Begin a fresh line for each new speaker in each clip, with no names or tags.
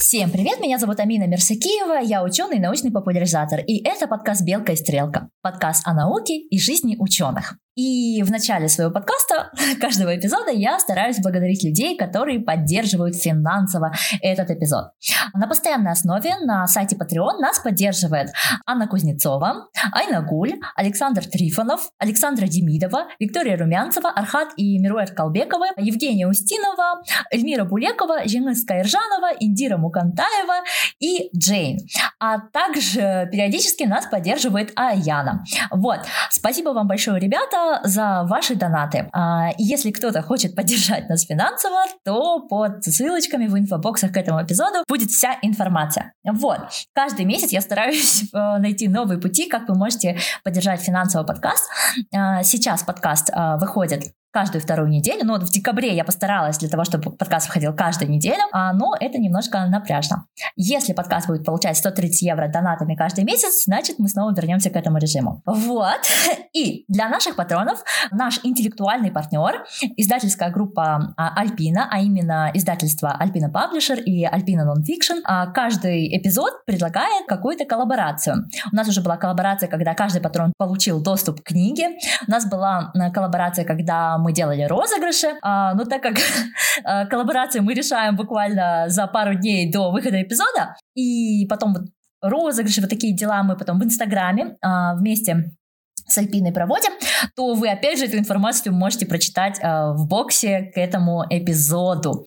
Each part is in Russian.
Всем привет, меня зовут Амина Мерсакиева, я ученый и научный популяризатор, и это подкаст «Белка и стрелка», подкаст о науке и жизни ученых. И в начале своего подкаста, каждого эпизода, я стараюсь благодарить людей, которые поддерживают финансово этот эпизод. На постоянной основе на сайте Patreon нас поддерживает Анна Кузнецова, Айна Гуль, Александр Трифонов, Александра Демидова, Виктория Румянцева, Архат и Мируэр Калбекова, Евгения Устинова, Эльмира Булекова, Женис Каиржанова, Индира Мукантаева и Джейн. А также периодически нас поддерживает Аяна. Вот. Спасибо вам большое, ребята, за ваши донаты. Если кто-то хочет поддержать нас финансово, то под ссылочками в инфобоксах к этому эпизоду будет вся информация. Вот. Каждый месяц я стараюсь найти новые пути, как вы можете поддержать финансово подкаст. Сейчас подкаст выходит каждую вторую неделю, но в декабре я постаралась для того, чтобы подкаст выходил каждую неделю, но это немножко напряжно. Если подкаст будет получать 130 евро донатами каждый месяц, значит мы снова вернемся к этому режиму. Вот. И для наших патронов наш интеллектуальный партнер, издательская группа Альпина, а именно издательство Альпина Паблишер и Альпина Нонфикшн, каждый эпизод предлагает какую-то коллаборацию. У нас уже была коллаборация, когда каждый патрон получил доступ к книге. У нас была коллаборация, когда мы делали розыгрыши, но так как коллаборацию мы решаем буквально за пару дней до выхода эпизода, и потом вот розыгрыши, вот такие дела мы потом в Инстаграме вместе с Альпиной проводим, то вы опять же эту информацию можете прочитать в боксе к этому эпизоду.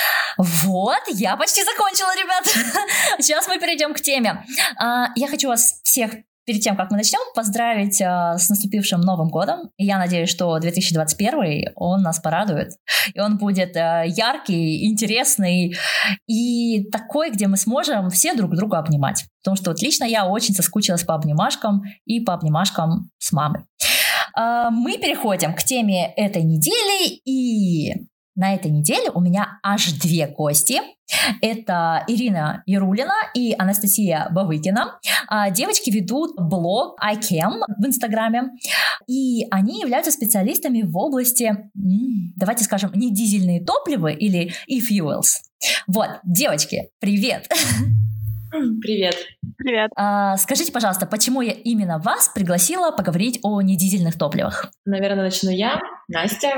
Вот, я почти закончила, ребят. Сейчас мы перейдем к теме. Я хочу вас всех перед тем, как мы начнем, поздравить с наступившим Новым годом. И я надеюсь, что 2021 он нас порадует. И он будет яркий, интересный и такой, где мы сможем все друг друга обнимать. Потому что вот лично я очень соскучилась по обнимашкам и по обнимашкам с мамой. Мы переходим к теме этой недели, и на этой неделе у меня аж две гости. Это Ирина Ярулина и Анастасия Бавыкина. Девочки ведут блог iChem в Инстаграме, и они являются специалистами в области, давайте скажем, недизельные топлива или e-fuels. Вот, девочки, привет!
Привет.
Привет.
Скажите, пожалуйста, почему я именно вас пригласила поговорить о недизельных топливах?
Наверное, начну я, Настя.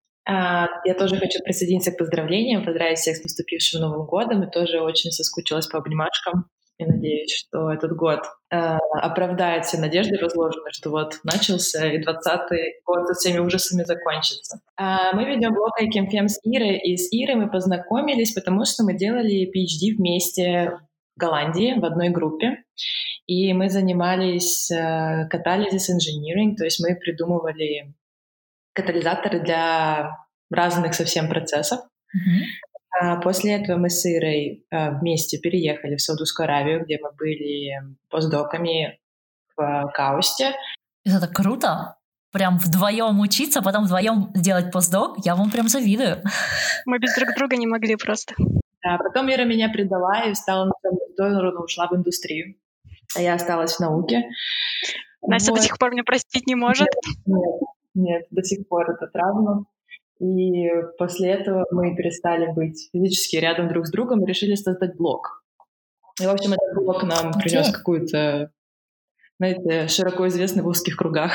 Я тоже хочу присоединиться к поздравлениям, поздравить всех с наступившим Новым годом, и тоже очень соскучилась по обнимашкам. И надеюсь, что этот год оправдает все надежды возложенные, что вот начался, и 20-й год со всеми ужасами закончится. Мы ведем блог iChem с Ирой, и с Ирой мы познакомились, потому что мы делали PhD вместе в Голландии в одной группе. И мы занимались catalysis engineering, то есть мы придумывали катализаторы для разных совсем процессов. После этого мы с Ирой вместе переехали в Саудовскую Аравию, где мы были постдоками в Каусте.
Это так круто! Прям вдвоем учиться, потом вдвоем делать постдок. Я вам прям завидую.
Мы без друг друга не могли просто.
Да, потом Ира меня предала и стала на сторону, ушла в индустрию. А я осталась в науке.
Настя до сих пор меня простить не может.
Нет, до сих пор это травма. И после этого мы перестали быть физически рядом друг с другом и решили создать блог. И, в общем, этот блог нам принес какую-то, знаете, широко известный в узких кругах.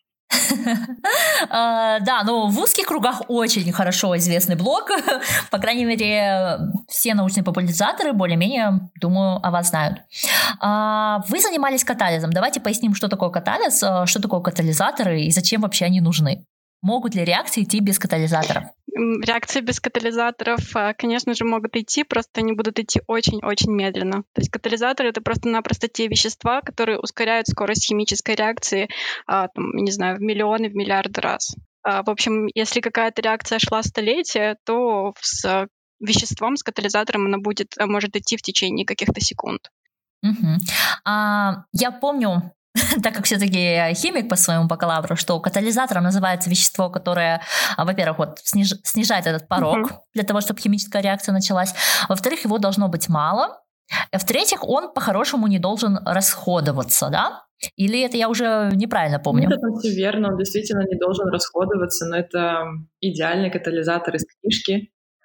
Да, но в узких кругах очень хорошо известный блог. По крайней мере, все научные популяризаторы более-менее, думаю, о вас знают. Вы занимались катализом. Давайте поясним, что такое катализ, что такое катализаторы и зачем вообще они нужны. Могут ли реакции идти без катализаторов?
Реакции без катализаторов, конечно же, могут идти, просто они будут идти очень-очень медленно. То есть катализаторы — это просто-напросто те вещества, которые ускоряют скорость химической реакции, не знаю, в миллионы, в миллиарды раз. В общем, если какая-то реакция шла столетия, то с веществом, с катализатором она может идти в течение каких-то секунд.
Я помню, так как все-таки химик по своему бакалавру, что катализатором называется вещество, которое, во-первых, вот снижает этот порог для того, чтобы химическая реакция началась. Во-вторых, его должно быть мало. В-третьих, он по-хорошему не должен расходоваться, да? Или это я уже неправильно помню?
Нет, это все верно, он действительно не должен расходоваться, но это идеальный катализатор из книжки.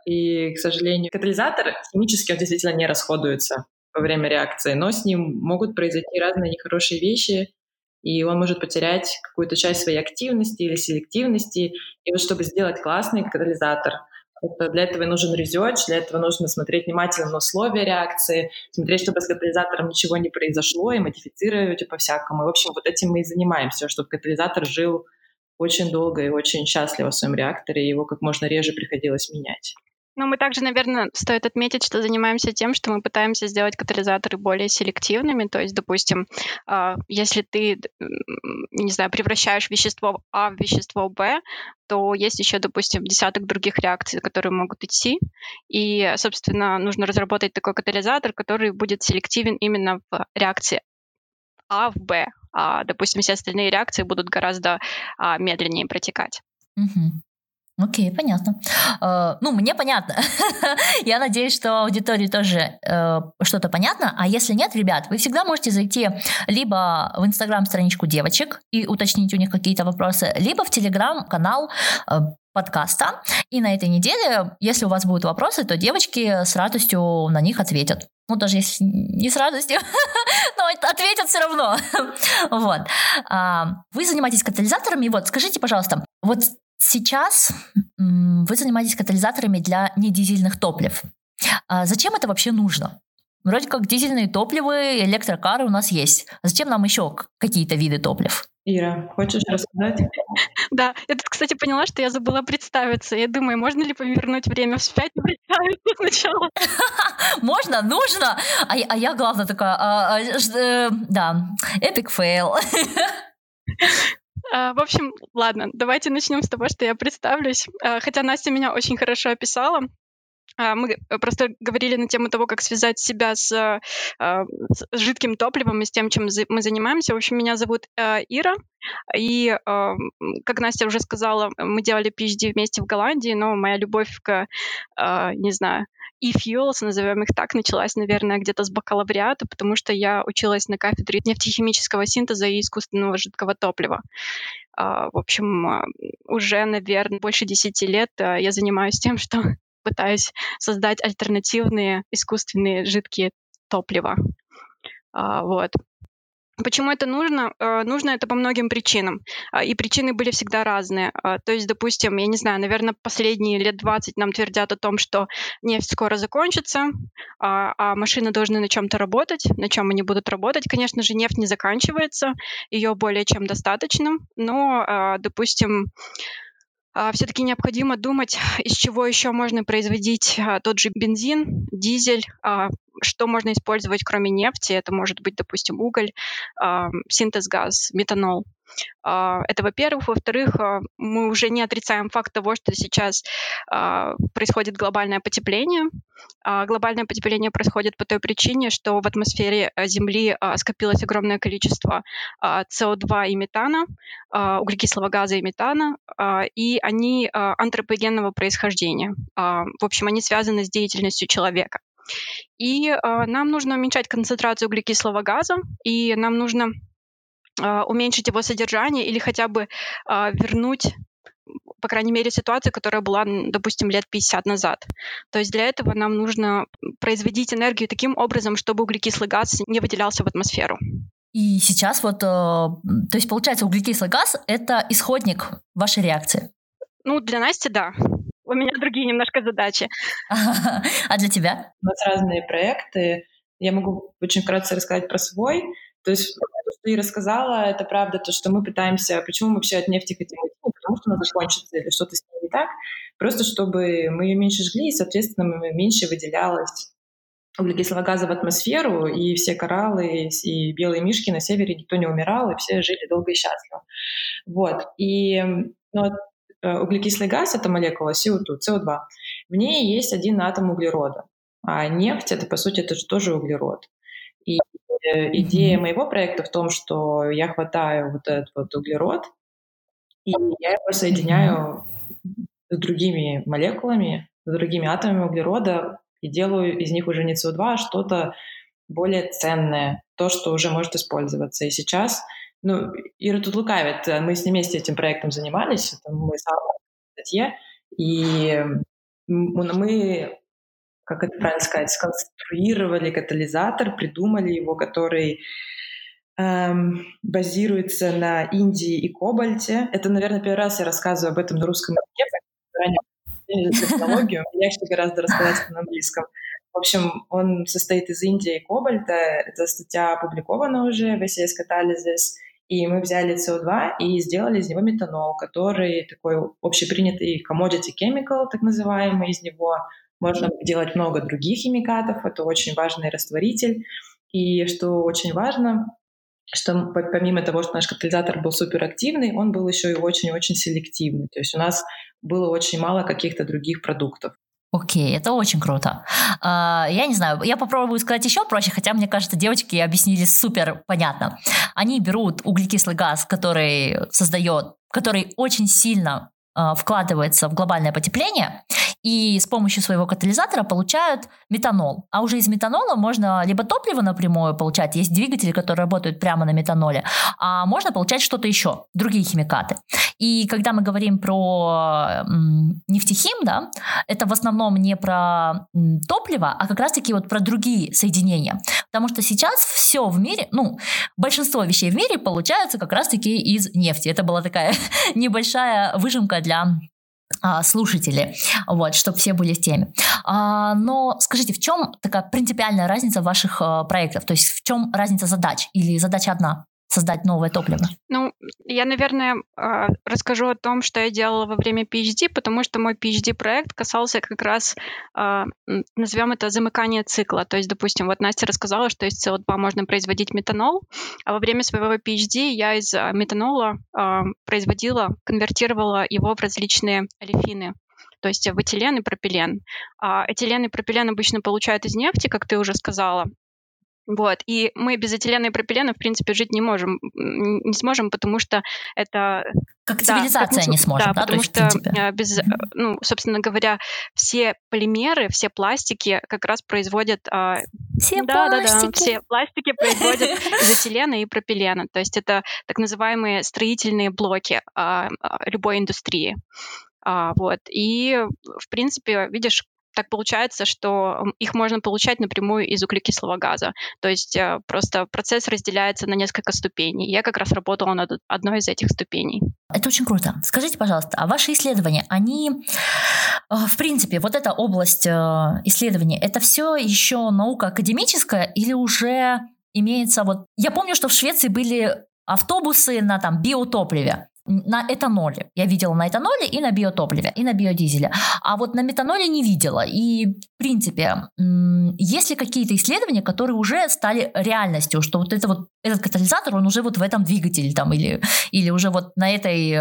и, к сожалению, катализатор химически он действительно не расходуется во время реакции, но с ним могут произойти разные нехорошие вещи, и он может потерять какую-то часть своей активности или селективности. И вот чтобы сделать классный катализатор, для этого и нужен research, для этого нужно смотреть внимательно на условия реакции, смотреть, чтобы с катализатором ничего не произошло, и модифицировать по-всякому. И, в общем, вот этим мы и занимаемся, чтобы катализатор жил очень долго и очень счастливо в своем реакторе, и его как можно реже приходилось менять.
Но мы также, наверное, стоит отметить, что занимаемся тем, что мы пытаемся сделать катализаторы более селективными. То есть, допустим, если ты, не знаю, превращаешь вещество А в вещество Б, то есть еще, допустим, десяток других реакций, которые могут идти. И, собственно, нужно разработать такой катализатор, который будет селективен именно в реакции А в Б. А, допустим, все остальные реакции будут гораздо медленнее протекать.
Окей, понятно. Мне понятно. Я надеюсь, что аудитории тоже что-то понятно. А если нет, ребят, вы всегда можете зайти либо в Инстаграм-страничку девочек и уточнить у них какие-то вопросы, либо в Телеграм-канал подкаста. И на этой неделе, если у вас будут вопросы, то девочки с радостью на них ответят. Даже если не с радостью, но ответят все равно. Вот. Вы занимаетесь катализаторами. Вот, скажите, пожалуйста, вот сейчас вы занимаетесь катализаторами для недизельных топлив. Зачем это вообще нужно? Вроде как дизельные топливы, электрокары у нас есть. Зачем нам еще какие-то виды топлив?
Ира, хочешь рассказать?
Да, я тут, кстати, поняла, что я забыла представиться. Я думаю, можно ли повернуть время вспять и представиться сначала?
Можно, нужно. А я, главное, такая, да, epic fail.
В общем, ладно, давайте начнем с того, что я представлюсь. Хотя Настя меня очень хорошо описала. Мы просто говорили на тему того, как связать себя с жидким топливом и с тем, чем мы занимаемся. В общем, меня зовут Ира, и, как Настя уже сказала, мы делали PhD вместе в Голландии, но моя любовь к, не знаю, e-fuels, назовем их так, началась, наверное, где-то с бакалавриата, потому что я училась на кафедре нефтехимического синтеза и искусственного жидкого топлива. В общем, уже, наверное, больше 10 лет я занимаюсь тем, что пытаюсь создать альтернативные искусственные жидкие топлива. Вот. Почему это нужно? Нужно это по многим причинам. И причины были всегда разные. То есть, допустим, я не знаю, наверное, последние лет 20 нам твердят о том, что нефть скоро закончится, а машины должны на чем-то работать. На чем они будут работать? Конечно же, нефть не заканчивается, ее более чем достаточно. Но, допустим, все-таки необходимо думать, из чего еще можно производить тот же бензин, дизель, что можно использовать кроме нефти. Это может быть, допустим, уголь, синтез-газ, метанол. Это, во-первых. Во-вторых, мы уже не отрицаем факт того, что сейчас происходит глобальное потепление. Глобальное потепление происходит по той причине, что в атмосфере Земли скопилось огромное количество СО2 и метана, углекислого газа и метана, и они антропогенного происхождения. В общем, они связаны с деятельностью человека. И нам нужно уменьшать концентрацию углекислого газа, и нам нужно уменьшить его содержание или хотя бы вернуть, по крайней мере, ситуацию, которая была, допустим, лет 50 назад. То есть для этого нам нужно производить энергию таким образом, чтобы углекислый газ не выделялся в атмосферу.
И сейчас то есть получается, углекислый газ — это исходник вашей реакции?
Для Насти, да. У меня другие немножко задачи.
А для тебя?
У нас разные проекты. Я могу очень вкратце рассказать про свой. То есть то, что ты рассказала, это правда, то, что мы пытаемся... Почему мы вообще от нефти хотим уйти? Не потому что она закончится или что-то с ней не так. Просто чтобы мы ее меньше жгли, и, соответственно, меньше выделялось углекислого газа в атмосферу, и все кораллы и белые мишки на севере, никто не умирал, и все жили долго и счастливо. Вот. Углекислый газ — это молекула CO2. В ней есть один атом углерода. А нефть — это, по сути, это же тоже углерод. И идея моего проекта в том, что я хватаю вот этот вот углерод, и я его соединяю с другими молекулами, с другими атомами углерода, и делаю из них уже не СО2, а что-то более ценное, то, что уже может использоваться. И сейчас, Ира тут лукавит, мы с ней вместе этим проектом занимались, это мы с Аллой в статье, и Мы, как это правильно сказать, сконструировали катализатор, придумали его, который базируется на Индии и кобальте. Это, наверное, первый раз я рассказываю об этом на русском языке, технологию. Легче гораздо рассказать на английском. В общем, он состоит из Индии и кобальта. Эта статья опубликована уже в ACS Catalysis. И мы взяли CO2 и сделали из него метанол, который такой общепринятый commodity chemical, так называемый. Из него можно делать много других химикатов. Это очень важный растворитель. И что очень важно, что помимо того, что наш катализатор был суперактивный, он был еще и очень-очень селективный. То есть у нас было очень мало каких-то других продуктов.
Окей, это очень круто. Я не знаю, я попробую сказать еще проще, хотя, мне кажется, девочки объяснили супер понятно. Они берут углекислый газ, который очень сильно вкладывается в глобальное потепление, и с помощью своего катализатора получают метанол. А уже из метанола можно либо топливо напрямую получать, есть двигатели, которые работают прямо на метаноле, а можно получать что-то еще, другие химикаты. И когда мы говорим про нефтехим, да, это в основном не про топливо, а как раз-таки вот про другие соединения. Потому что сейчас все в мире, большинство вещей в мире получаются как раз-таки из нефти. Это была такая небольшая выжимка для слушателей, чтобы все были в теме. Но скажите, в чем такая принципиальная разница ваших проектов? То есть в чем разница задач? Или задача одна? Создать новое топливо?
Я, наверное, расскажу о том, что я делала во время PhD, потому что мой PhD-проект касался как раз, назовем это, замыкания цикла. То есть, допустим, вот Настя рассказала, что из CO2 можно производить метанол, а во время своего PhD я из метанола конвертировала его в различные олефины. То есть в этилен и пропилен. Этилен и пропилен обычно получают из нефти, как ты уже сказала. И мы без этилена и пропилена, в принципе, жить не сможем, потому что это...
Как цивилизация не сможет, да?
Потому что собственно говоря, все полимеры, все пластики как раз производят...
Все
пластики производят из этилена и пропилена. То есть это так называемые строительные блоки любой индустрии. И, в принципе, видишь, так получается, что их можно получать напрямую из углекислого газа. То есть просто процесс разделяется на несколько ступеней. Я как раз работала над одной из этих ступеней.
Это очень круто. Скажите, пожалуйста, а ваши исследования, они, в принципе, вот эта область исследований, это все еще наука академическая или уже имеется Я помню, что в Швеции были автобусы на биотопливе. На этаноле. Я видела на этаноле и на биотопливе, и на биодизеле. А вот на метаноле не видела. И, в принципе, есть ли какие-то исследования, которые уже стали реальностью, что этот катализатор, он уже в этом двигателе или уже на этой...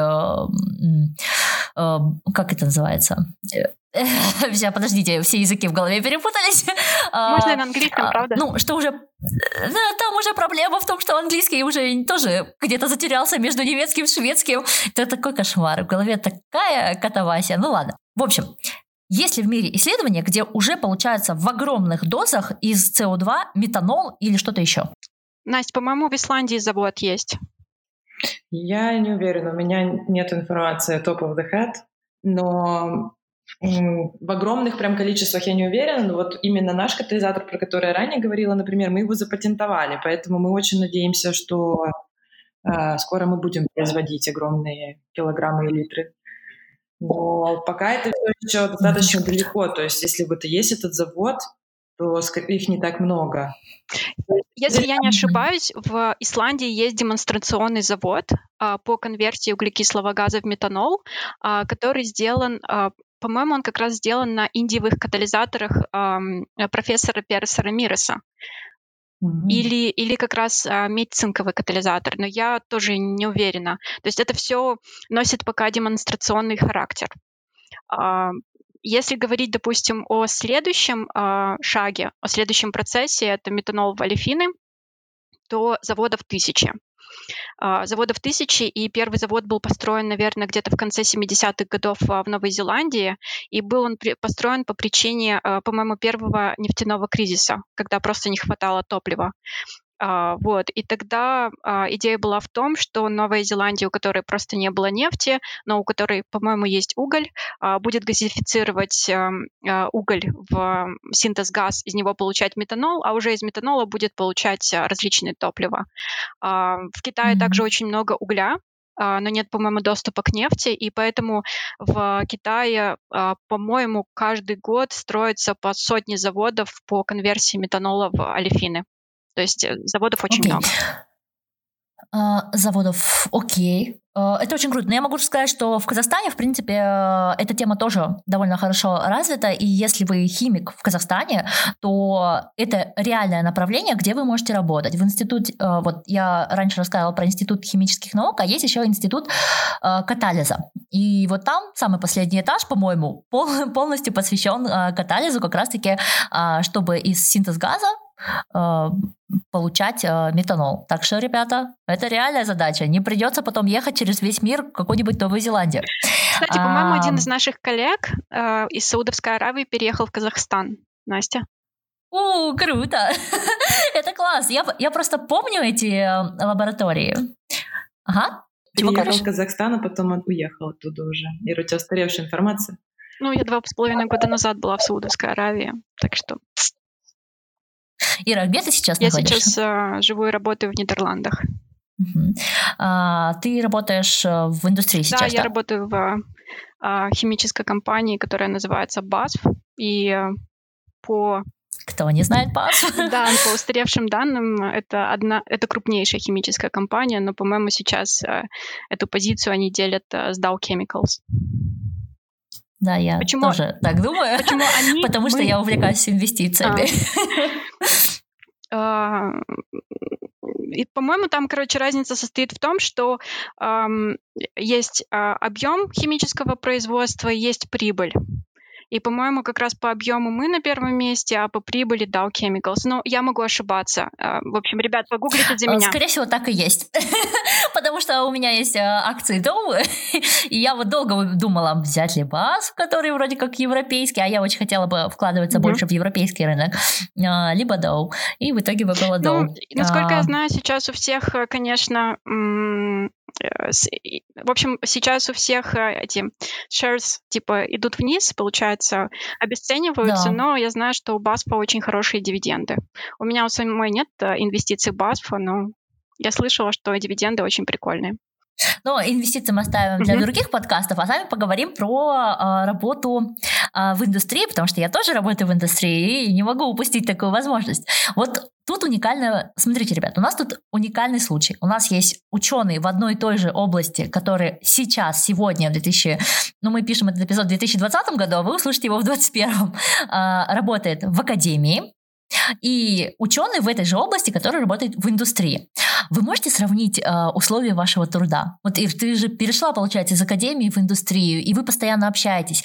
как это называется? Сейчас, подождите, все языки в голове перепутались.
Можно и на английском, правда?
Что уже... Там уже проблема в том, что английский уже тоже где-то затерялся между немецким и шведским. Это такой кошмар. В голове такая катавасия. Ладно. В общем, есть ли в мире исследования, где уже получается в огромных дозах из CO2 метанол или что-то еще?
Настя, по-моему, в Исландии завод есть.
Я не уверена. У меня нет информации top of the head, но... В огромных прям количествах я не уверена, но именно наш катализатор, про который я ранее говорила, например, мы его запатентовали, поэтому мы очень надеемся, что скоро мы будем производить огромные килограммы и литры. Но пока это все еще достаточно далеко, то есть если есть этот завод, то их не так много.
Если я не ошибаюсь, в Исландии есть демонстрационный завод по конверсии углекислого газа в метанол, который сделан... По-моему, он как раз сделан на индиевых катализаторах профессора Переса Рамиреса. Или как раз медь-цинковый катализатор, но я тоже не уверена. То есть это все носит пока демонстрационный характер. Если говорить, допустим, о следующем шаге, о следующем процессе, это метанол в олефины, то заводов 1000. Заводов 1000, и первый завод был построен, наверное, где-то в конце 70-х годов в Новой Зеландии, и был он построен по причине, по-моему, первого нефтяного кризиса, когда просто не хватало топлива. Вот. И тогда идея была в том, что Новая Зеландия, у которой просто не было нефти, но у которой, по-моему, есть уголь, будет газифицировать уголь в синтез-газ, из него получать метанол, а уже из метанола будет получать различные топлива. В Китае также очень много угля, но нет, по-моему, доступа к нефти, и поэтому в Китае, по-моему, каждый год строится по сотне заводов по конверсии метанола в олефины. То есть заводов очень много.
Заводов, окей. Это очень круто. Но я могу сказать, что в Казахстане, в принципе, эта тема тоже довольно хорошо развита. И если вы химик в Казахстане, то это реальное направление, где вы можете работать. В институте, вот я раньше рассказывала про институт химических наук, а есть еще институт катализа. И вот там самый последний этаж, по-моему, полностью посвящен катализу, как раз-таки, чтобы из синтез газа получать метанол. Так что, ребята, это реальная задача. Не придется потом ехать через весь мир в какую-нибудь Новую Зеландию.
Кстати, по-моему, один из наших коллег из Саудовской Аравии переехал в Казахстан. Настя?
Круто! Это класс! Я просто помню эти лаборатории. Ага.
Переехал в Казахстан, а потом уехал оттуда уже. Ира, у тебя устаревшая информация?
Ну, я 2,5 года назад была в Саудовской Аравии, так что...
Ира, где ты сейчас находишься?
Я сейчас живу и работаю в Нидерландах.
Ты работаешь в индустрии сейчас, да?
Я работаю в химической компании, которая называется BASF, и по...
Кто не знает BASF?
Да, по устаревшим данным, это крупнейшая химическая компания, но, по-моему, сейчас эту позицию они делят с Dow Chemicals.
Да, я тоже так думаю, потому что я увлекаюсь инвестициями.
И, по-моему, там, разница состоит в том, что есть объем химического производства, есть прибыль. И, по-моему, как раз по объему мы на первом месте, а по прибыли Dow Chemicals. Но я могу ошибаться. В общем, ребят, погуглите за меня.
Скорее всего, так и есть. Потому что у меня есть акции Dow, и я вот долго думала, взять ли BASF, который вроде как европейский, а я очень хотела бы вкладываться больше в европейский рынок, либо Dow. И в итоге выбрала Dow.
Насколько я знаю, сейчас у всех, конечно... В общем, сейчас у всех эти shares идут вниз, получается, обесцениваются, но я знаю, что у BASF очень хорошие дивиденды. У меня у самой нет инвестиций в BASF, но я слышала, что дивиденды очень прикольные.
Но инвестиции мы оставим для других подкастов, а сами поговорим про работу в индустрии, потому что я тоже работаю в индустрии и не могу упустить такую возможность. Вот тут уникально... Смотрите, ребят, у нас тут уникальный случай. У нас есть ученые в одной и той же области, которые сейчас, сегодня, мы пишем этот эпизод в 2020 году, а вы услышите его в 2021, работает в академии, и ученый в этой же области, который работает в индустрии. Вы можете сравнить условия вашего труда? Вот, Ир, ты же перешла, получается, из академии в индустрию, и вы постоянно общаетесь.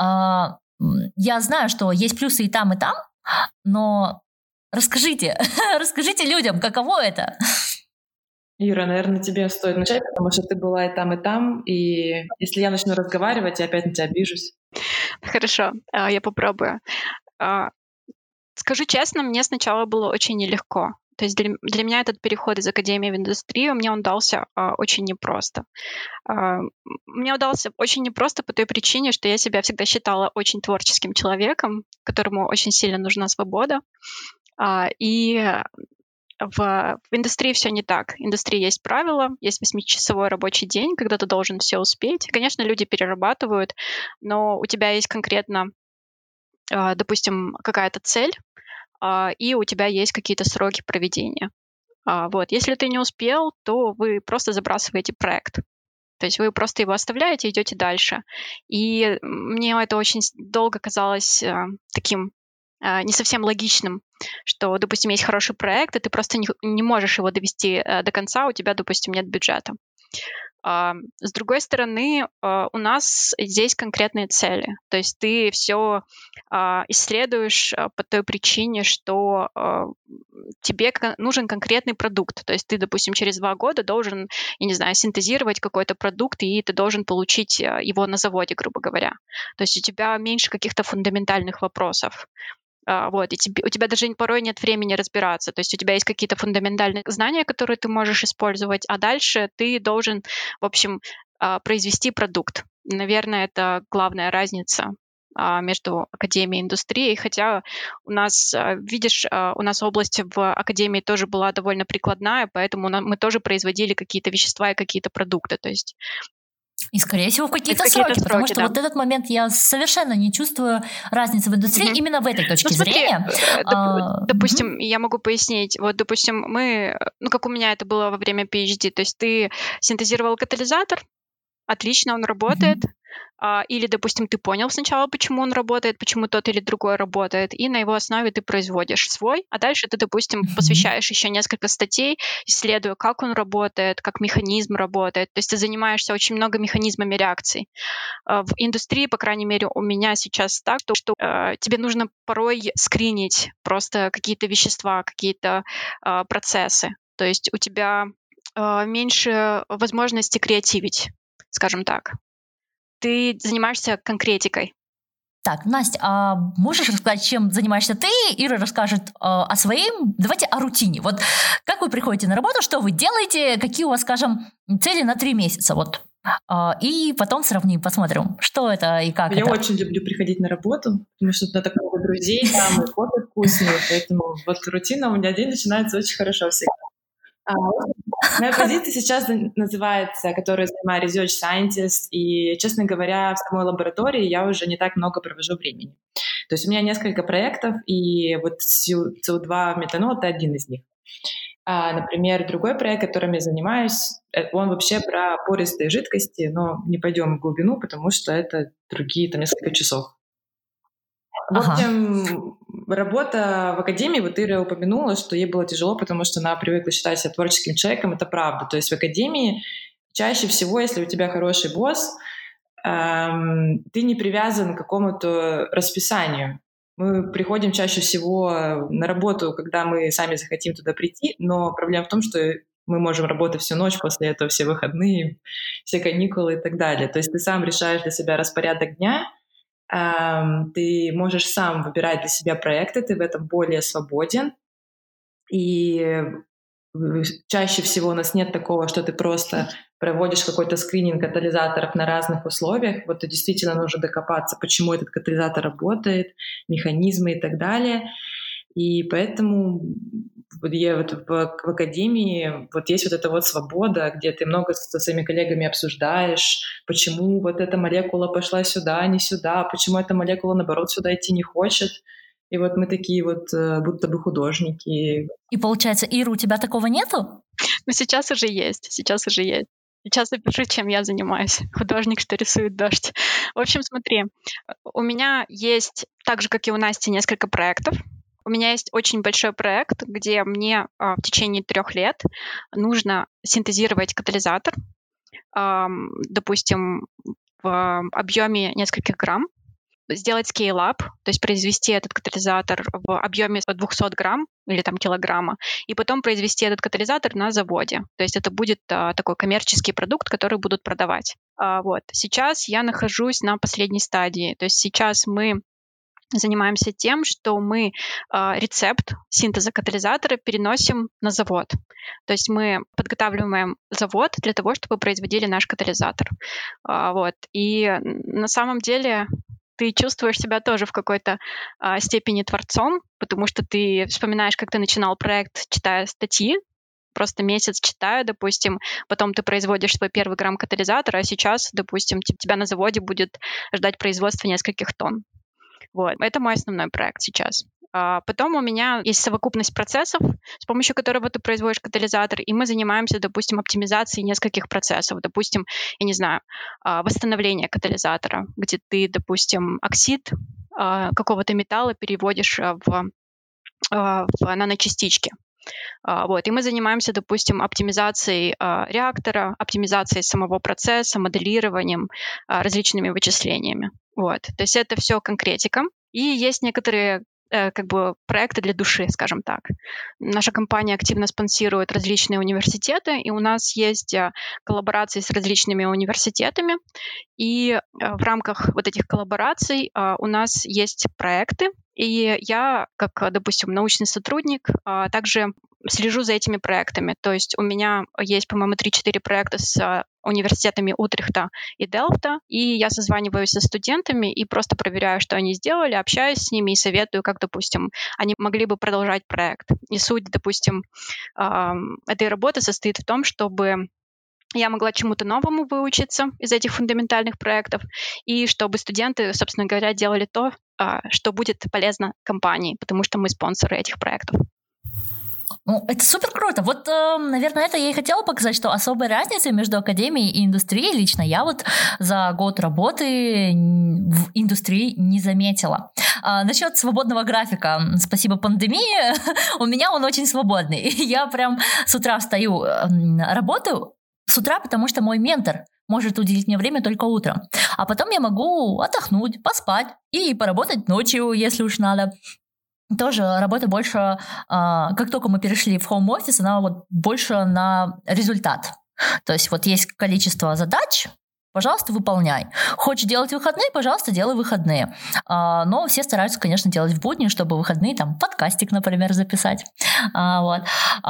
Я знаю, что есть плюсы и там, но расскажите людям, каково это?
Ира, наверное, тебе стоит начать, потому что ты была и там, и если я начну разговаривать, я опять на тебя обижусь.
Хорошо, я попробую. Скажу честно, мне сначала было очень нелегко. То есть для меня этот переход из академии в индустрию, мне он дался очень непросто. Мне удался очень непросто по той причине, что я себя всегда считала очень творческим человеком, которому очень сильно нужна свобода. И в индустрии все не так. В индустрии есть правила, есть 8-часовой рабочий день, когда ты должен все успеть. Конечно, люди перерабатывают, но у тебя есть конкретно, допустим, какая-то цель, и у тебя есть какие-то сроки проведения. Вот. Если ты не успел, то вы просто забрасываете проект. То есть вы просто его оставляете и идете дальше. И мне это очень долго казалось таким не совсем логичным, что, допустим, есть хороший проект, и ты просто не можешь его довести до конца, у тебя, допустим, нет бюджета. С другой стороны, у нас здесь конкретные цели. То есть ты все исследуешь по той причине, что тебе нужен конкретный продукт. То есть ты, допустим, через 2 года должен, я не знаю, синтезировать какой-то продукт, и ты должен получить его на заводе, грубо говоря. То есть у тебя меньше каких-то фундаментальных вопросов. Вот, и у тебя даже порой нет времени разбираться. То есть у тебя есть какие-то фундаментальные знания, которые ты можешь использовать, а дальше ты должен, в общем, произвести продукт. Наверное, это главная разница между академией и индустрией, хотя у нас, видишь, у нас область в академии тоже была довольно прикладная, поэтому мы тоже производили какие-то вещества и какие-то продукты. То есть
и, скорее всего, в какие-то сроки, потому что
да.
вот этот момент я совершенно не чувствую разницы в индустрии именно в этой точке зрения.
Допустим, я могу пояснить. Вот, допустим, мы, как у меня это было во время PhD, то есть ты синтезировал катализатор, отлично, он работает. Или, допустим, ты понял сначала, почему он работает, почему тот или другой работает, и на его основе ты производишь свой, а дальше ты, допустим, посвящаешь еще несколько статей, исследуя, как он работает, как механизм работает. То есть ты занимаешься очень много механизмами реакций. В индустрии, по крайней мере, у меня сейчас так, что тебе нужно порой скринить просто какие-то вещества, какие-то процессы. То есть у тебя меньше возможности креативить, скажем так. Ты занимаешься конкретикой.
Так, Настя, а можешь рассказать, чем занимаешься ты? Ира расскажет о своем. Давайте о рутине. Вот как вы приходите на работу, что вы делаете, какие у вас, скажем, цели на 3 месяца, вот. И потом сравним, посмотрим, что это и как
Я
это.
очень люблю приходить на работу, потому что у меня так много друзей, там и кофе вкусный, поэтому вот рутина у меня день начинается очень хорошо всегда. Моя позиция сейчас называется, которую занимаю Research Scientist, и, честно говоря, в самой лаборатории я уже не так много провожу времени. То есть у меня несколько проектов, и вот CO2 метанол — это один из них. Например, другой проект, которым я занимаюсь, он вообще про пористые жидкости, но не пойдем в глубину, потому что это другие, там, несколько часов. В общем, работа в академии, вот Ира упомянула, что ей было тяжело, потому что она привыкла считать себя творческим человеком, это правда. То есть в академии чаще всего, если у тебя хороший босс, ты не привязан к какому-то расписанию. Мы приходим чаще всего на работу, когда мы сами захотим туда прийти, но проблема в том, что мы можем работать всю ночь, после этого все выходные, все каникулы и так далее. То есть ты сам решаешь для себя распорядок дня, ты можешь сам выбирать для себя проекты, ты в этом более свободен. И чаще всего у нас нет такого, что ты просто проводишь какой-то скрининг катализаторов на разных условиях. Вот действительно нужно докопаться, почему этот катализатор работает, механизмы и так далее. И поэтому я вот в академии вот есть вот эта вот свобода, где ты много со своими коллегами обсуждаешь, почему вот эта молекула пошла сюда, а не сюда, почему эта молекула, наоборот, сюда идти не хочет. И вот мы такие вот будто бы художники.
И получается, Ира, у тебя такого нету?
Ну, сейчас уже есть. Сейчас опишу, чем я занимаюсь. Художник, что рисует дождь. В общем, смотри, у меня есть, так же, как и у Насти, несколько проектов. У меня есть очень большой проект, где мне в течение 3 лет нужно синтезировать катализатор, допустим, в объеме нескольких грамм, сделать scale-up, то есть произвести этот катализатор в объеме 200 грамм или там килограмма, и потом произвести этот катализатор на заводе. То есть это будет такой коммерческий продукт, который будут продавать. Вот. Сейчас я нахожусь на последней стадии. То есть сейчас мы занимаемся тем, что мы рецепт синтеза катализатора переносим на завод. То есть мы подготавливаем завод для того, чтобы производили наш катализатор. Вот. И на самом деле ты чувствуешь себя тоже в какой-то степени творцом, потому что ты вспоминаешь, как ты начинал проект, читая статьи, просто месяц читаю, допустим, потом ты производишь свой первый грамм катализатора, а сейчас, допустим, тебя на заводе будет ждать производство нескольких тонн. Вот. Это мой основной проект сейчас. Потом у меня есть совокупность процессов, с помощью которого ты производишь катализатор, и мы занимаемся, допустим, оптимизацией нескольких процессов. Допустим, я не знаю, восстановление катализатора, где ты, допустим, оксид какого-то металла переводишь в наночастички. Вот. И мы занимаемся, допустим, оптимизацией реактора, оптимизацией самого процесса, моделированием, различными вычислениями. Вот. То есть это все конкретика. И есть некоторые как бы проекты для души, скажем так. Наша компания активно спонсирует различные университеты, и у нас есть коллаборации с различными университетами, и в рамках вот этих коллабораций у нас есть проекты, и я, как, допустим, научный сотрудник, также слежу за этими проектами. То есть у меня есть, по-моему, 3-4 проекта с университетами Утрехта и Делфта, и я созваниваюсь со студентами и просто проверяю, что они сделали, общаюсь с ними и советую, как, допустим, они могли бы продолжать проект. И суть, допустим, этой работы состоит в том, чтобы я могла чему-то новому выучиться из этих фундаментальных проектов, и чтобы студенты, собственно говоря, делали то, что будет полезно компании, потому что мы спонсоры этих проектов.
Ну, это супер круто. Вот, наверное, это я и хотела показать, что особой разницы между академией и индустрией лично я вот за год работы в индустрии не заметила. Насчет свободного графика. Спасибо пандемии. У меня он очень свободный. Я прям с утра встаю, работаю с утра, потому что мой ментор может уделить мне время только утром. А потом я могу отдохнуть, поспать и поработать ночью, если уж надо. Тоже работа больше, как только мы перешли в хоум-офис, она вот больше на результат. То есть вот есть количество задач, пожалуйста, выполняй. Хочешь делать выходные, пожалуйста, делай выходные. Но все стараются, конечно, делать в будни, чтобы выходные там подкастик, например, записать. Вот.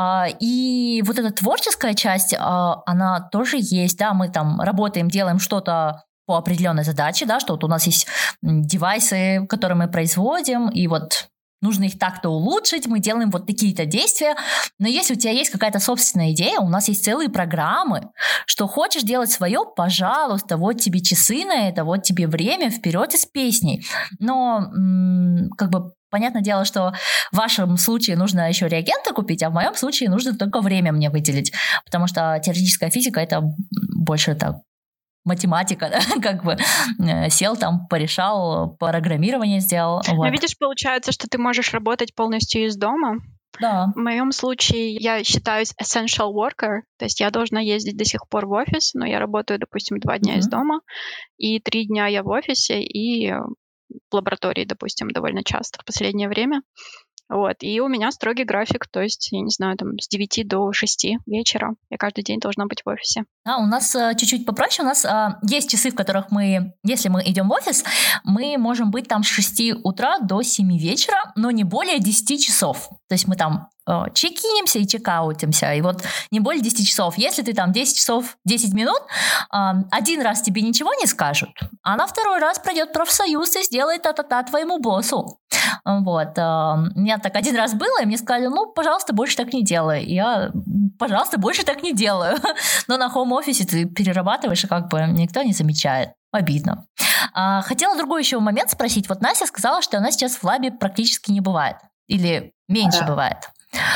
И вот эта творческая часть, она тоже есть. Да, мы там работаем, делаем что-то по определенной задаче, да, что вот у нас есть девайсы, которые мы производим, и вот нужно их так-то улучшить, мы делаем вот такие-то действия. Но если у тебя есть какая-то собственная идея, у нас есть целые программы, что хочешь делать свое, пожалуйста, вот тебе часы на это, вот тебе время, вперед из песней. Но как бы понятное дело, что в вашем случае нужно еще реагенты купить, а в моем случае нужно только время мне выделить, потому что теоретическая физика — это больше так математика, да? Как бы сел там, порешал, программирование сделал. Вот.
Но видишь, получается, что ты можешь работать полностью из дома.
Да.
В моем случае я считаюсь essential worker, то есть я должна ездить до сих пор в офис, но я работаю, допустим, 2 дня из дома, и 3 дня я в офисе, и в лаборатории, допустим, довольно часто в последнее время. Вот. И у меня строгий график, то есть, я не знаю, там с 9 до 6 вечера я каждый день должна быть в офисе.
У нас чуть-чуть попроще. У нас есть часы, в которых мы, если мы идем в офис, мы можем быть там с 6 утра до 7 вечера, но не более 10 часов. То есть мы там чекинимся и чекаутимся, и вот не более 10 часов. Если ты там 10 часов 10 минут, один раз тебе ничего не скажут, а на второй раз пройдет профсоюз и сделает та-та-та твоему боссу. Вот. У меня так один раз было, и мне сказали, ну, пожалуйста, больше так не делай. И я, пожалуйста, больше так не делаю. Но на хоум-офисе ты перерабатываешь, и как бы никто не замечает. Обидно. Хотела другой еще момент спросить. Вот Настя сказала, что она сейчас в лабе практически не бывает. Или меньше бывает.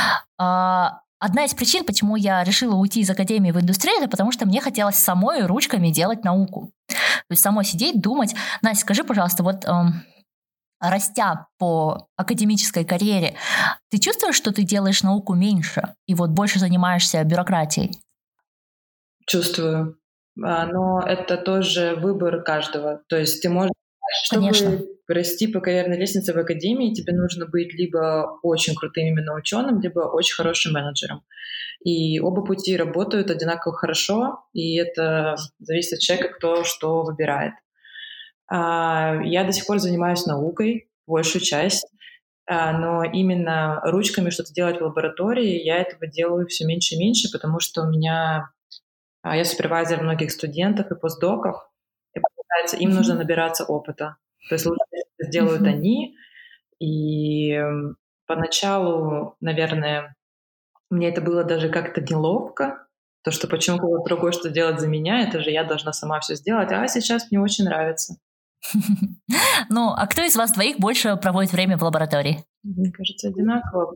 Одна из причин, почему я решила уйти из академии в индустрию, это потому что мне хотелось самой ручками делать науку. То есть самой сидеть, думать. Настя, скажи, пожалуйста, вот растя по академической карьере, ты чувствуешь, что ты делаешь науку меньше и вот больше занимаешься бюрократией?
Чувствую. Но это тоже выбор каждого. То есть ты можешь... Чтобы расти по карьерной лестнице в академии, тебе нужно быть либо очень крутым именно ученым, либо очень хорошим менеджером. И оба пути работают одинаково хорошо, и это зависит от человека, кто что выбирает. Я до сих пор занимаюсь наукой, большую часть, но именно ручками что-то делать в лаборатории я этого делаю все меньше и меньше, потому что я супервайзер многих студентов и постдоков, и получается, им нужно набираться опыта. То есть лучше это сделают они. И поначалу, наверное, мне это было даже как-то неловко, то, что почему кого-то другой что делать за меня, это же я должна сама все сделать, а сейчас мне очень нравится.
Ну, а кто из вас двоих больше проводит время в лаборатории?
Мне кажется, одинаково.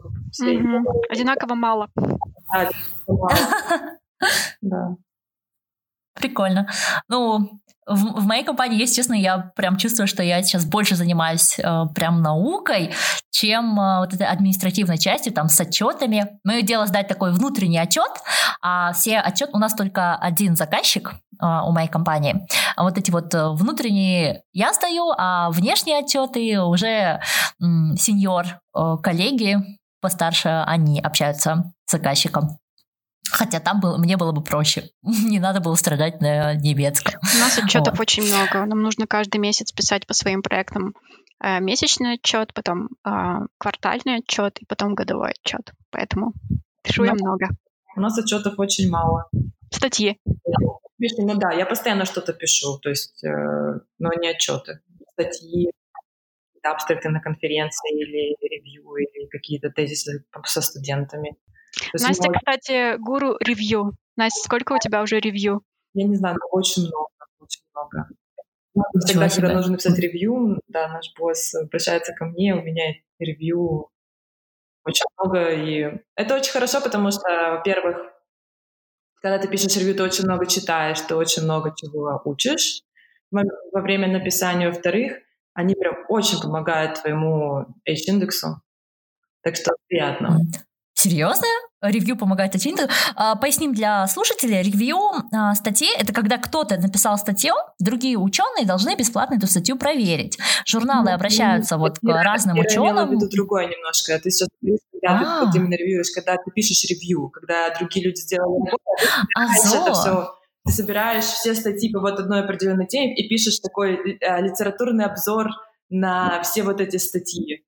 Одинаково мало.
Да.
Прикольно. Ну, в моей компании, если честно, я прям чувствую, что я сейчас больше занимаюсь прям наукой, чем вот этой административной частью, там, с отчетами. Мое дело сдать такой внутренний отчет, а все отчеты... У нас только один заказчик у моей компании. А вот эти вот внутренние я сдаю, а внешние отчеты уже сеньор, коллеги постарше, они общаются с заказчиком. Хотя там мне было бы проще. Не надо было страдать на немецком.
У нас отчетов очень много. Нам нужно каждый месяц писать по своим проектам месячный отчет, потом квартальный отчет и потом годовой отчет. Поэтому пишу я много.
У нас отчетов очень мало.
Статьи.
Ну да, я постоянно что-то пишу, то есть, но не отчеты. Статьи, абстракты на конференции или ревью, или какие-то тезисы со студентами.
Настя, кстати, гуру ревью. Настя, сколько у тебя уже ревью?
Я не знаю, но очень много, очень много. Всегда, когда нужно написать ревью, да, наш босс обращается ко мне, у меня ревью очень много, и это очень хорошо, потому что, во-первых, когда ты пишешь ревью, ты очень много читаешь, ты очень много чего учишь во время написания. Во-вторых, они прям очень помогают твоему H-индексу, так что приятно.
Серьезно? Ревью помогает H-индексу? Поясним для слушателей. Ревью статьи — это когда кто-то написал статью, другие ученые должны бесплатно эту статью проверить. Журналы обращаются вот к разным ученым.
Я имела в виду другое немножко. Ты сейчас когда ты именно ревьюешь, когда ты пишешь ревью, когда другие люди сделали это все. Ты собираешь все статьи по вот одной определенной теме и пишешь такой литературный обзор на все вот эти статьи.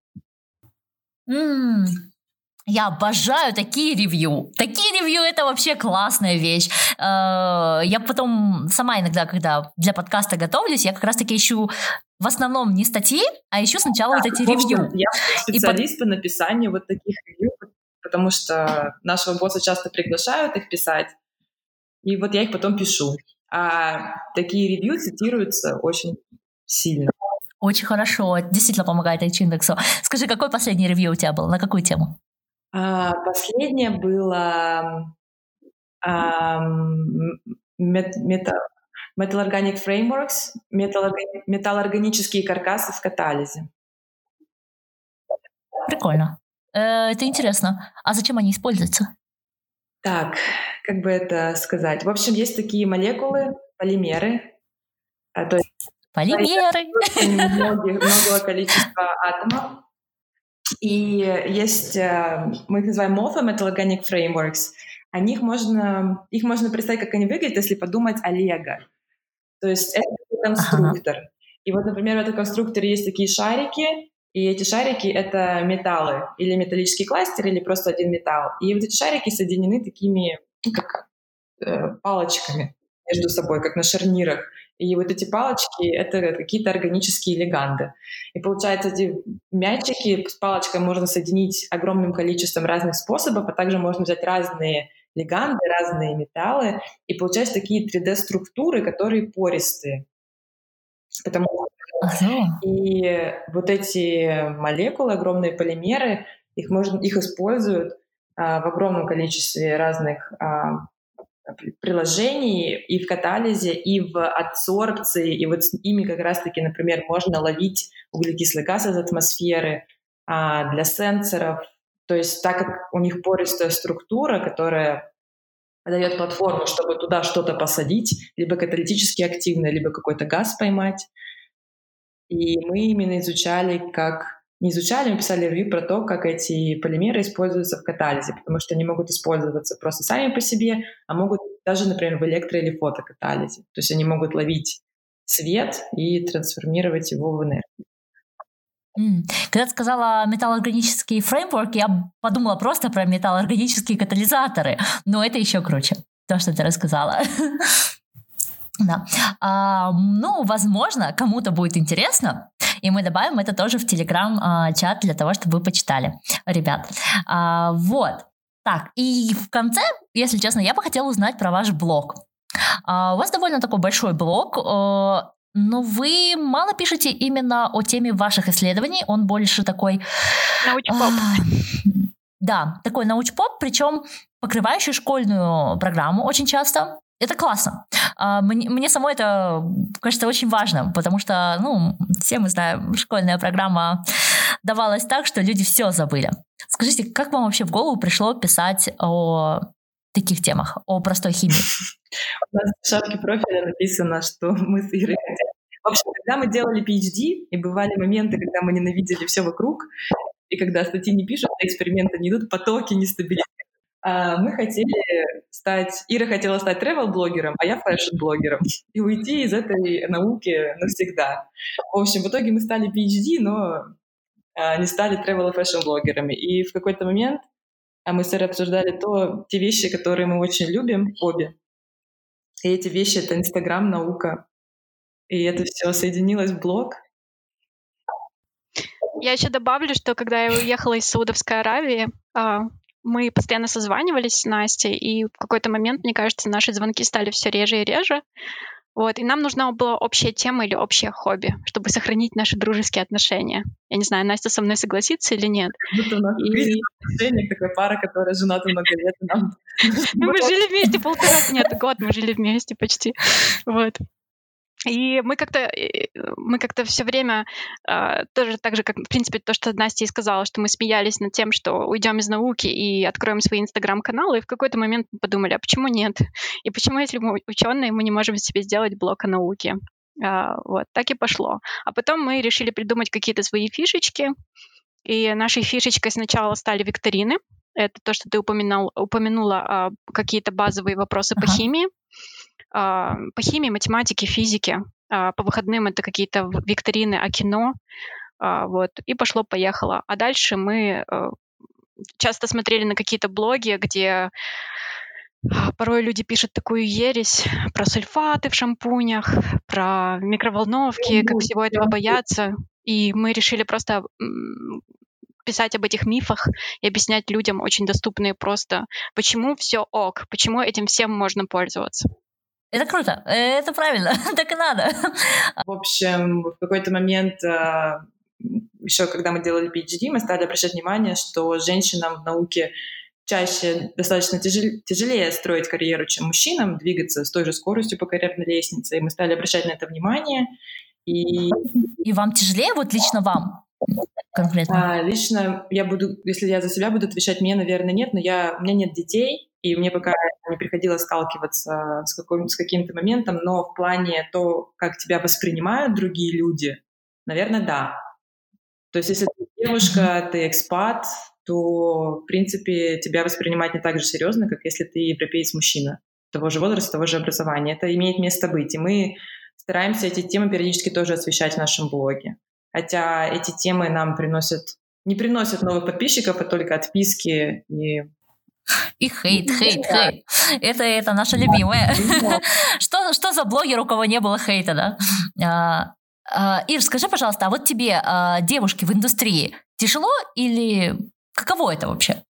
Я обожаю такие ревью. Такие ревью — это вообще классная вещь. Я потом сама иногда, когда для подкаста готовлюсь, я как раз-таки ищу в основном не статьи, а ищу сначала вот эти ревью.
Я специалист по написанию вот таких ревью, потому что нашего босса часто приглашают их писать, и вот я их потом пишу. А такие ревью цитируются очень сильно.
Очень хорошо. Действительно помогает H-индексу. Скажи, какой последний ревью у тебя был? На какую тему?
Последнее было Metal Organic Frameworks, металлорганические каркасы в катализе.
Прикольно. Это интересно. А зачем они используются?
Так, как бы это сказать? В общем, есть такие молекулы, полимеры. То есть
полимеры!
Много количества атомов. И есть, мы их называем MOFA, Metal Organic Frameworks. Их можно представить, как они выглядят, если подумать о Лего. То есть это конструктор. И вот, например, в этом конструкторе есть такие шарики, и эти шарики — это металлы, или металлический кластер, или просто один металл. И вот эти шарики соединены такими, как палочками между собой, как на шарнирах. И вот эти палочки — это какие-то органические лиганды. И получается, эти мячики с палочкой можно соединить огромным количеством разных способов, а также можно взять разные лиганды, разные металлы, и получать такие 3D-структуры, которые пористые. И вот эти молекулы, огромные полимеры, их используют в огромном количестве разных приложений и в катализе, и в адсорбции, и вот с ими как раз-таки, например, можно ловить углекислый газ из атмосферы для сенсоров. То есть так как у них пористая структура, которая дает платформу, чтобы туда что-то посадить, либо каталитически активно, либо какой-то газ поймать. И мы именно мы писали ревью про то, как эти полимеры используются в катализе, потому что они могут использоваться просто сами по себе, а могут даже, например, в электро- или фотокатализе. То есть они могут ловить свет и трансформировать его в энергию.
Когда ты сказала металлоорганический фреймворк, я подумала просто про металлоорганические катализаторы, но это еще круче, то, что ты рассказала. Да. Возможно, кому-то будет интересно, и мы добавим это тоже в Telegram-чат для того, чтобы вы почитали, ребят. Вот. Так, и в конце, если честно, я бы хотела узнать про ваш блог. У вас довольно такой большой блог, но вы мало пишете именно о теме ваших исследований, он больше такой...
Научпоп.
Да, такой научпоп, причем покрывающий школьную программу очень часто. Это классно. Мне самой это кажется очень важным, потому что, все мы знаем, школьная программа давалась так, что люди все забыли. Скажите, как вам вообще в голову пришло писать о таких темах, о простой химии?
У нас в шапке профиля написано, что мы с Ирой... В общем, когда мы делали PhD, и бывали моменты, когда мы ненавидели все вокруг, и когда статьи не пишут, а эксперименты не идут, потоки нестабильны. Мы хотели стать... Ира хотела стать travel-блогером, а я фэшн-блогером. И уйти из этой науки навсегда. В общем, в итоге мы стали PhD, но не стали travel- и фэшн-блогерами. И в какой-то момент мы с Ирой обсуждали те вещи, которые мы очень любим, обе. И эти вещи — это Инстаграм, наука. И это все соединилось в блог.
Я еще добавлю, что когда я уехала из Саудовской Аравии, мы постоянно созванивались с Настей, и в какой-то момент, мне кажется, наши звонки стали все реже и реже. И нам нужна была общая тема или общее хобби, чтобы сохранить наши дружеские отношения. Я не знаю, Настя со мной согласится или нет.
Будто у нас отношения, такая пара, которая жената много лет.
Мы жили вместе год мы жили вместе почти. И мы как-то все время тоже так же, как, в принципе, то, что Настя и сказала, что мы смеялись над тем, что уйдем из науки и откроем свои инстаграм-каналы, и в какой-то момент мы подумали, а почему нет? И почему, если мы ученые, мы не можем себе сделать блог о науке? Так и пошло. А потом мы решили придумать какие-то свои фишечки, и нашей фишечкой сначала стали викторины. Это то, что ты упомянула, какие-то базовые вопросы по химии. По химии, математике, физике. По выходным это какие-то викторины о кино. И пошло-поехало. А дальше мы часто смотрели на какие-то блоги, где порой люди пишут такую ересь про сульфаты в шампунях, про микроволновки, как всего этого бояться. И мы решили просто писать об этих мифах и объяснять людям очень доступно и просто, почему все ок, почему этим всем можно пользоваться.
Это круто, это правильно, так и надо.
В общем, в какой-то момент, еще когда мы делали PhD, мы стали обращать внимание, что женщинам в науке чаще достаточно тяжелее строить карьеру, чем мужчинам, двигаться с той же скоростью по карьерной лестнице. И мы стали обращать на это внимание. И
вам тяжелее, лично вам? Конкретно?
Лично если я за себя буду отвечать, мне, наверное, нет, но у меня нет детей, и мне пока не приходилось сталкиваться с каким-то моментом, но в плане то, как тебя воспринимают другие люди, наверное, да. То есть если ты девушка, ты экспат, то, в принципе, тебя воспринимать не так же серьезно, как если ты европеец-мужчина того же возраста, того же образования. Это имеет место быть. И мы стараемся эти темы периодически тоже освещать в нашем блоге. Хотя эти темы нам не приносят новых подписчиков, а только отписки
и хейт. Это наше любимое. Что за блогер, у кого не было хейта, да? Ир, скажи, пожалуйста, а тебе, девушки в индустрии, тяжело или каково это вообще?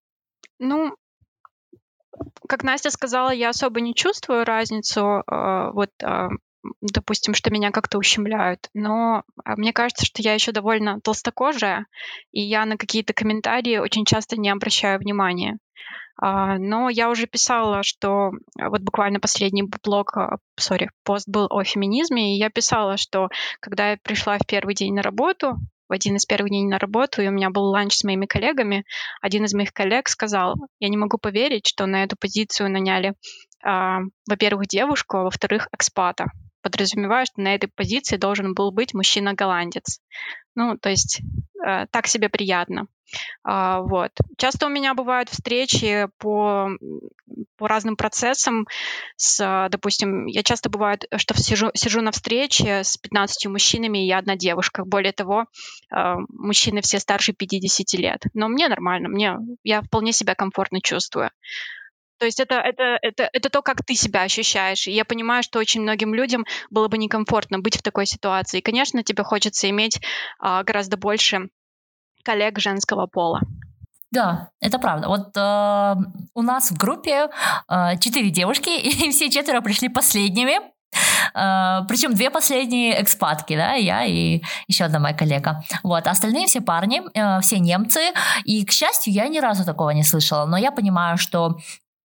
Как Настя сказала, я особо не чувствую разницу, допустим, что меня как-то ущемляют, но мне кажется, что я еще довольно толстокожая, и я на какие-то комментарии очень часто не обращаю внимания. Но я уже писала, что буквально последний пост был о феминизме, и я писала, что когда я пришла в один из первых дней на работу, и у меня был ланч с моими коллегами, один из моих коллег сказал, я не могу поверить, что на эту позицию наняли, во-первых, девушку, а во-вторых, экспата, подразумевая, что на этой позиции должен был быть мужчина-голландец. То есть так себе приятно. Часто у меня бывают встречи по разным процессам. Допустим, я часто бывает, что сижу на встрече с 15 мужчинами, и я одна девушка. Более того, мужчины все старше 50 лет. Но мне нормально, я вполне себя комфортно чувствую. То есть это то, как ты себя ощущаешь. И я понимаю, что очень многим людям было бы некомфортно быть в такой ситуации. И, конечно, тебе хочется иметь гораздо больше коллег женского пола.
Да, это правда. У нас в группе 4 девушки, и все 4 пришли последними. Причем 2 последние экспатки, да, я и еще одна моя коллега. Остальные все парни, все немцы. И, к счастью, я ни разу такого не слышала. Но я понимаю, что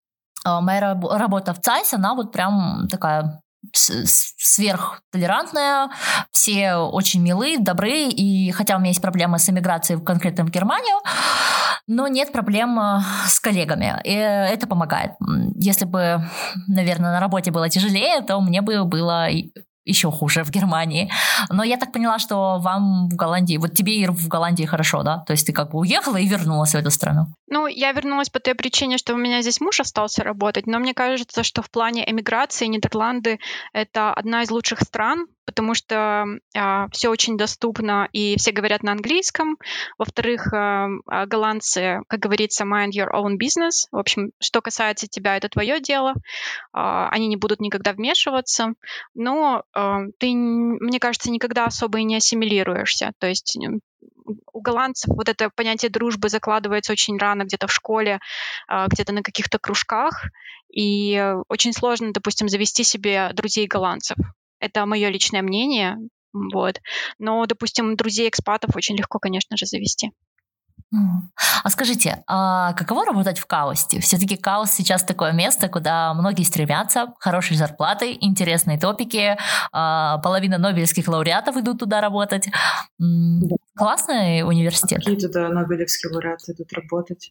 моя работа в ЦАЙС, она вот прям такая сверхтолерантная, все очень милы, добры, и хотя у меня есть проблемы с эмиграцией конкретно в Германию, но нет проблем с коллегами, и это помогает. Если бы, наверное, на работе было тяжелее, то мне бы было еще хуже в Германии. Но я так поняла, что вам в Голландии, вот тебе и в Голландии хорошо, да? То есть ты как бы уехала и вернулась в эту страну.
Ну, я вернулась по той причине, что у меня здесь муж остался работать, но мне кажется, что в плане эмиграции Нидерланды — это одна из лучших стран, потому что все очень доступно, и все говорят на английском. Во-вторых, голландцы, как говорится, mind your own business. В общем, что касается тебя, это твое дело. Они не будут никогда вмешиваться. Но ты, мне кажется, никогда особо и не ассимилируешься. То есть у голландцев вот это понятие дружбы закладывается очень рано, где-то в школе, где-то на каких-то кружках. И очень сложно, допустим, завести себе друзей голландцев. Это мое личное мнение, вот. Но, допустим, друзей экспатов очень легко, конечно же, завести.
А скажите, а каково работать в Каусте? Все-таки Каус сейчас такое место, куда многие стремятся, хорошие зарплаты, интересные топики, половина нобелевских лауреатов идут туда работать. Классный университет.
Какие туда нобелевские лауреаты идут работать?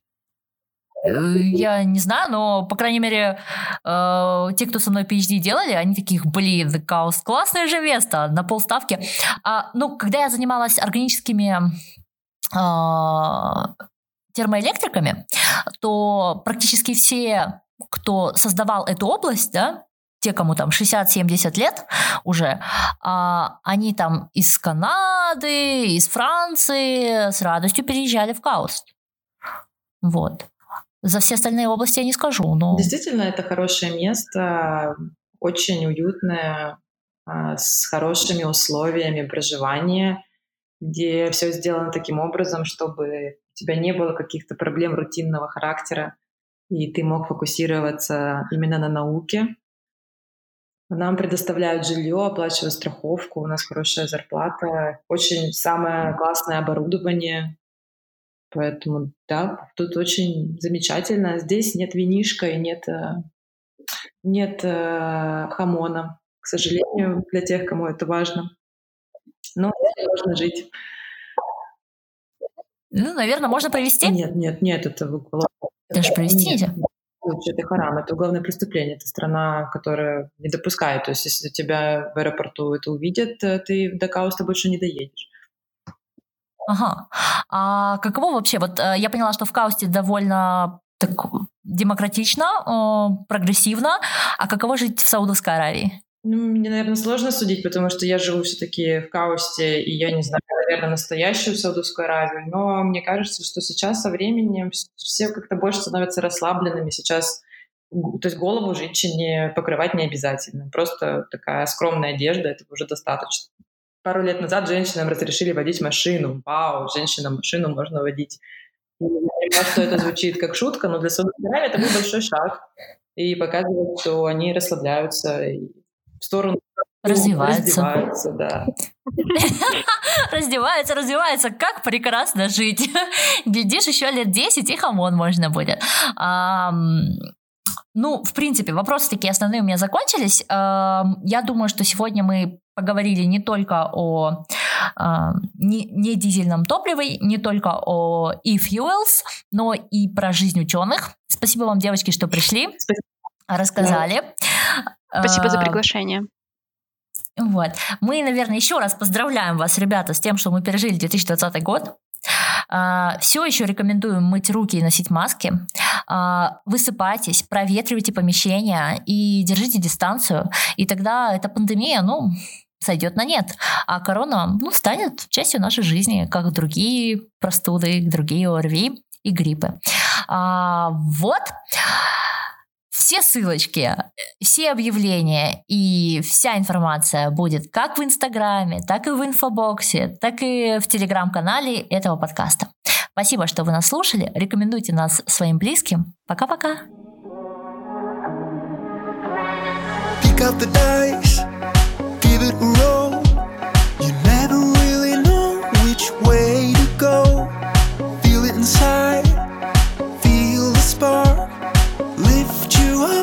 Я не знаю, но, по крайней мере, те, кто со мной PhD делали, они таких, блин, Каус, классное же место, на полставки. Когда я занималась органическими термоэлектриками, то практически все, кто создавал эту область, да, те, кому там 60-70 лет уже, они там из Канады, из Франции с радостью переезжали в Кауст. Вот. За все остальные области я не скажу, но...
Действительно, это хорошее место, очень уютное, с хорошими условиями проживания, где все сделано таким образом, чтобы у тебя не было каких-то проблем рутинного характера, и ты мог фокусироваться именно на науке. Нам предоставляют жилье, оплачивают страховку, у нас хорошая зарплата, очень самое классное оборудование. Поэтому, да, тут очень замечательно. Здесь нет винишка и нет хамона, к сожалению, для тех, кому это важно. Но можно жить.
Наверное, можно провести?
Нет, это уголовное.
Даже провести нельзя?
Это харам, это уголовное преступление. Это страна, которая не допускает. То есть, если тебя в аэропорту это увидят, ты до Кауста больше не доедешь.
Ага. А каково вообще? Вот я поняла, что в Каусте довольно так демократично, прогрессивно. А каково жить в Саудовской Аравии?
Мне, наверное, сложно судить, потому что я живу все-таки в Каусте, и я не знаю, наверное, настоящую Саудовскую Аравию. Но мне кажется, что сейчас со временем все как-то больше становятся расслабленными. Сейчас, то есть голову женщине покрывать не обязательно. Просто такая скромная одежда, этого уже достаточно. Пару лет назад женщинам разрешили водить машину. Вау, женщинам машину можно водить. Я понимаю, что это звучит как шутка, но для Саудовской Аравии это был большой шаг. И показывает, что они расслабляются и в сторону раздеваются, да.
Раздеваются. Как прекрасно жить. Глядишь, еще лет 10 и хамон можно будет. В принципе, вопросы такие основные у меня закончились. Я думаю, что сегодня мы поговорили не только о не дизельном топливе, не только о e-fuels, но и про жизнь ученых. Спасибо вам, девочки, что пришли, рассказали.
Спасибо за приглашение.
Вот. Мы, наверное, еще раз поздравляем вас, ребята, с тем, что мы пережили 2020 год. Все еще рекомендуем мыть руки и носить маски. Высыпайтесь, проветривайте помещения и держите дистанцию. И тогда эта пандемия, сойдет на нет. А корона, станет частью нашей жизни, как другие простуды, другие ОРВИ и гриппы. Вот. Все ссылочки, все объявления и вся информация будет как в Инстаграме, так и в инфобоксе, так и в Телеграм-канале этого подкаста. Спасибо, что вы нас слушали. Рекомендуйте нас своим близким. Пока-пока. Pick up the dice, give it a roll. You never really know which way to go. Feel it inside, feel the spark. Lift you up.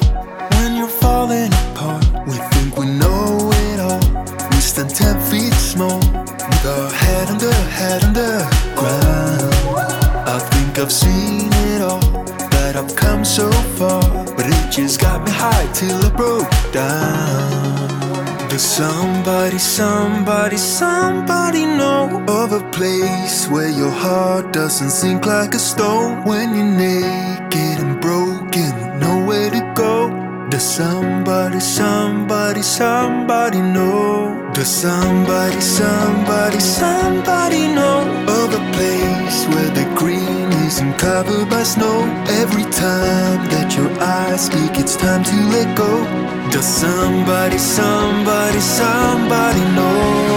I've seen it all, that I've come so far, but it just got me high till I broke down. Does somebody, somebody, somebody know of a place where your heart doesn't sink like a stone when you're naked and broken with nowhere to go? Does somebody, somebody, somebody know? Does somebody, somebody, somebody know of a place where the green isn't covered by snow? Every time that your eyes speak, it's time to let go. Does somebody, somebody, somebody know?